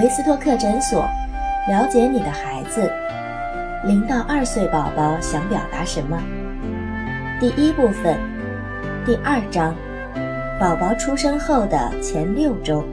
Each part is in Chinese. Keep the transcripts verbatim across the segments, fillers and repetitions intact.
维斯托克诊所，了解你的孩子。零到二岁宝宝想表达什么？第一部分，第二章，宝宝出生后的前六周。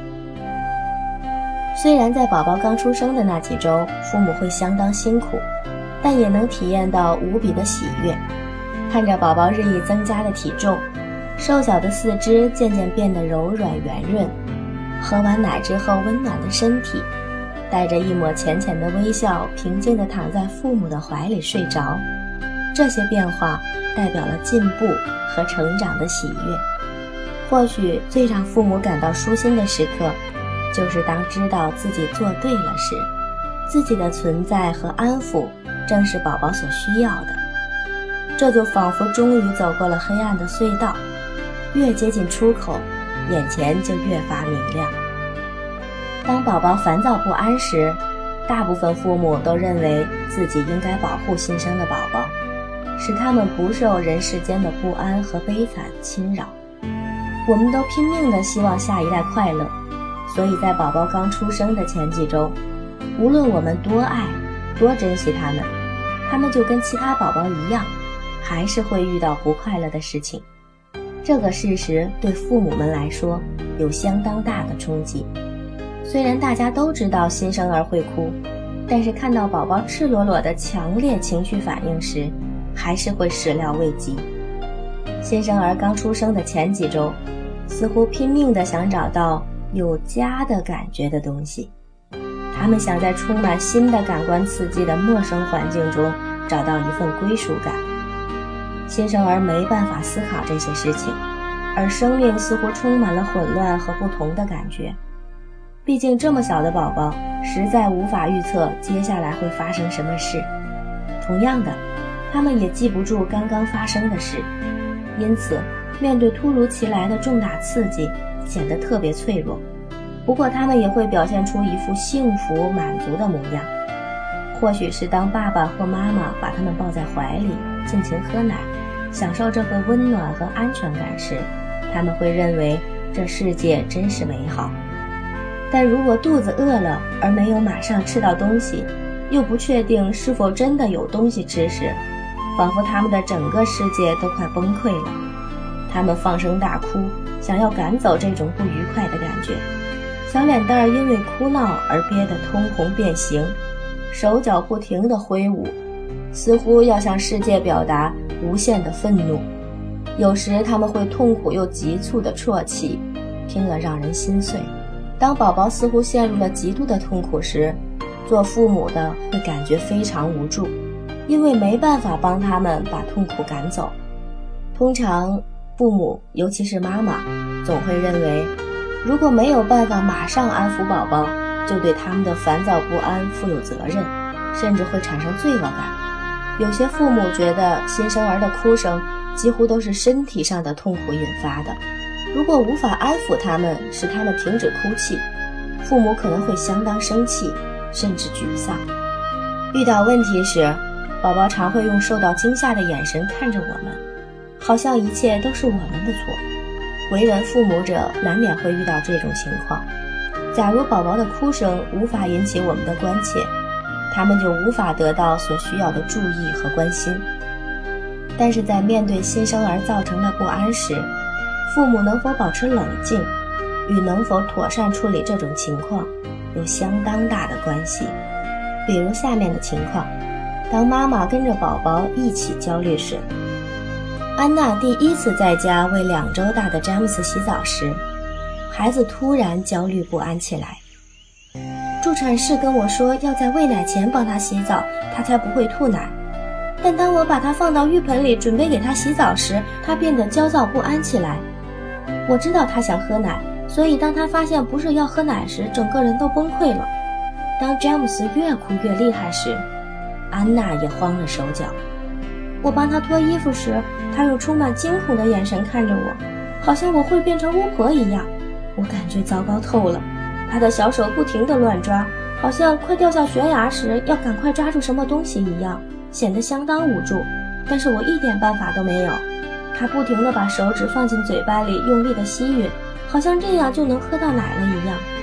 虽然在宝宝刚出生的那几周，父母会相当辛苦，但也能体验到无比的喜悦。看着宝宝日益增加的体重，瘦小的四肢渐渐变得柔软圆润，喝完奶之后温暖的身体，带着一抹浅浅的微笑，平静地躺在父母的怀里睡着。这些变化代表了进步和成长的喜悦。或许最让父母感到舒心的时刻，就是当知道自己做对了时，自己的存在和安抚正是宝宝所需要的。这就仿佛终于走过了黑暗的隧道，越接近出口，眼前就越发明亮。当宝宝烦躁不安时，大部分父母都认为自己应该保护新生的宝宝，使他们不受人世间的不安和悲惨侵扰。我们都拼命地希望下一代快乐，所以在宝宝刚出生的前几周，无论我们多爱多珍惜他们，他们就跟其他宝宝一样，还是会遇到不快乐的事情。这个事实对父母们来说有相当大的冲击。虽然大家都知道新生儿会哭，但是看到宝宝赤裸裸的强烈情绪反应时，还是会始料未及。新生儿刚出生的前几周，似乎拼命地想找到有家的感觉的东西。他们想在充满新的感官刺激的陌生环境中找到一份归属感。新生儿没办法思考这些事情，而生命似乎充满了混乱和不同的感觉。毕竟这么小的宝宝实在无法预测接下来会发生什么事。同样的，他们也记不住刚刚发生的事，因此面对突如其来的重大刺激显得特别脆弱。不过他们也会表现出一副幸福满足的模样。或许是当爸爸或妈妈把他们抱在怀里尽情喝奶，享受这份温暖和安全感时，他们会认为这世界真是美好。但如果肚子饿了而没有马上吃到东西，又不确定是否真的有东西吃时，仿佛他们的整个世界都快崩溃了。他们放声大哭，想要赶走这种不愉快的感觉。小脸蛋儿因为哭闹而憋得通红变形，手脚不停地挥舞，似乎要向世界表达无限的愤怒。有时他们会痛苦又急促地啜泣，听了让人心碎。当宝宝似乎陷入了极度的痛苦时，做父母的会感觉非常无助，因为没办法帮他们把痛苦赶走。通常父母，尤其是妈妈，总会认为如果没有办法马上安抚宝宝，就对他们的烦躁不安负有责任，甚至会产生罪恶感。有些父母觉得新生儿的哭声几乎都是身体上的痛苦引发的，如果无法安抚他们，使他们停止哭泣，父母可能会相当生气，甚至沮丧。遇到问题时，宝宝常会用受到惊吓的眼神看着我们，好像一切都是我们的错。为人父母者难免会遇到这种情况。假如宝宝的哭声无法引起我们的关切，他们就无法得到所需要的注意和关心。但是在面对新生儿造成的不安时，父母能否保持冷静，与能否妥善处理这种情况有相当大的关系。比如下面的情况，当妈妈跟着宝宝一起焦虑时，安娜第一次在家为两周大的詹姆斯洗澡时，孩子突然焦虑不安起来。助产士跟我说要在喂奶前帮他洗澡，他才不会吐奶。但当我把他放到浴盆里准备给他洗澡时，他变得焦躁不安起来。我知道他想喝奶，所以当他发现不是要喝奶时，整个人都崩溃了。当詹姆斯越哭越厉害时，安娜也慌了手脚。我帮他脱衣服时，他用充满惊恐的眼神看着我，好像我会变成巫婆一样。我感觉糟糕透了。他的小手不停地乱抓，好像快掉下悬崖时要赶快抓住什么东西一样，显得相当无助。但是我一点办法都没有。他不停地把手指放进嘴巴里，用力地吸吮，好像这样就能喝到奶了一样。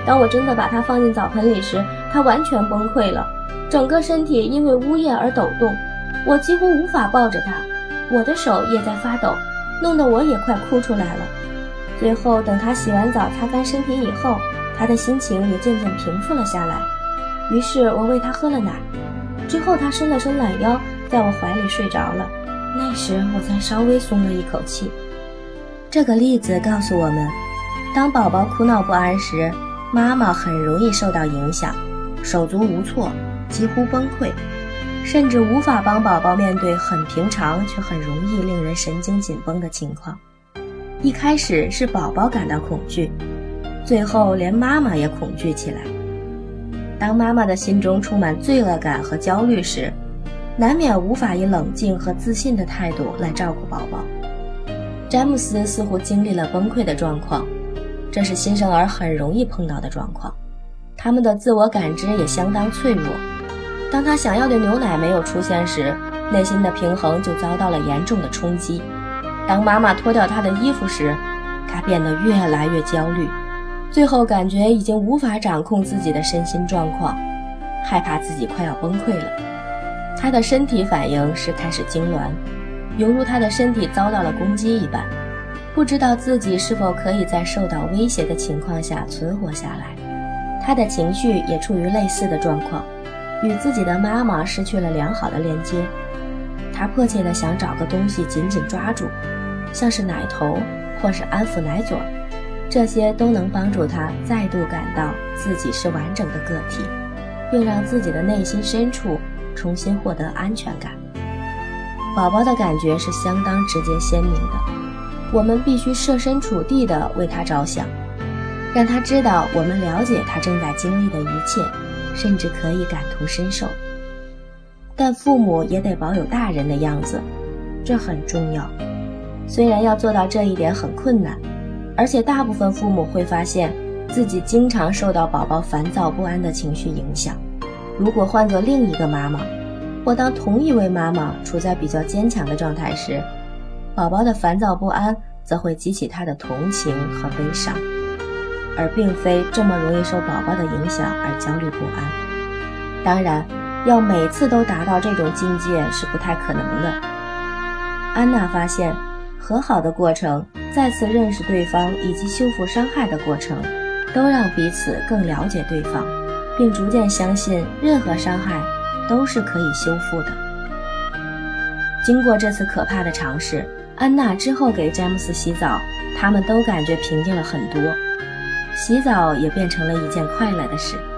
当我真的把它放进澡盆里时，它完全崩溃了，整个身体因为呜咽而抖动，我几乎无法抱着它，我的手也在发抖，弄得我也快哭出来了。最后等他洗完澡擦干身体以后，他的心情也渐渐平复了下来。于是我喂他喝了奶，之后他伸了伸懒腰，在我怀里睡着了。那时我才稍微松了一口气。这个例子告诉我们，当宝宝哭闹不安时，妈妈很容易受到影响，手足无措，几乎崩溃，甚至无法帮宝宝面对很平常却很容易令人神经紧绷的情况。一开始是宝宝感到恐惧，最后连妈妈也恐惧起来。当妈妈的心中充满罪恶感和焦虑时，难免无法以冷静和自信的态度来照顾宝宝。詹姆斯似乎经历了崩溃的状况，这是新生儿很容易碰到的状况。他们的自我感知也相当脆弱，当他想要的牛奶没有出现时，内心的平衡就遭到了严重的冲击。当妈妈脱掉他的衣服时，他变得越来越焦虑，最后感觉已经无法掌控自己的身心状况，害怕自己快要崩溃了。他的身体反应是开始痉挛，犹如他的身体遭到了攻击一般，不知道自己是否可以在受到威胁的情况下存活下来。他的情绪也处于类似的状况，与自己的妈妈失去了良好的连接。他迫切地想找个东西紧紧抓住，像是奶头或是安抚奶嘴，这些都能帮助他再度感到自己是完整的个体，并让自己的内心深处重新获得安全感。宝宝的感觉是相当直接鲜明的，我们必须设身处地地为他着想，让他知道我们了解他正在经历的一切，甚至可以感同身受。但父母也得保有大人的样子，这很重要。虽然要做到这一点很困难，而且大部分父母会发现自己经常受到宝宝烦躁不安的情绪影响。如果换作另一个妈妈，或当同一位妈妈处在比较坚强的状态时，宝宝的烦躁不安则会激起他的同情和悲伤，而并非这么容易受宝宝的影响而焦虑不安。当然，要每次都达到这种境界是不太可能的。安娜发现，和好的过程、再次认识对方以及修复伤害的过程，都让彼此更了解对方，并逐渐相信任何伤害都是可以修复的。经过这次可怕的尝试，安娜之后给詹姆斯洗澡，他们都感觉平静了很多，洗澡也变成了一件快乐的事。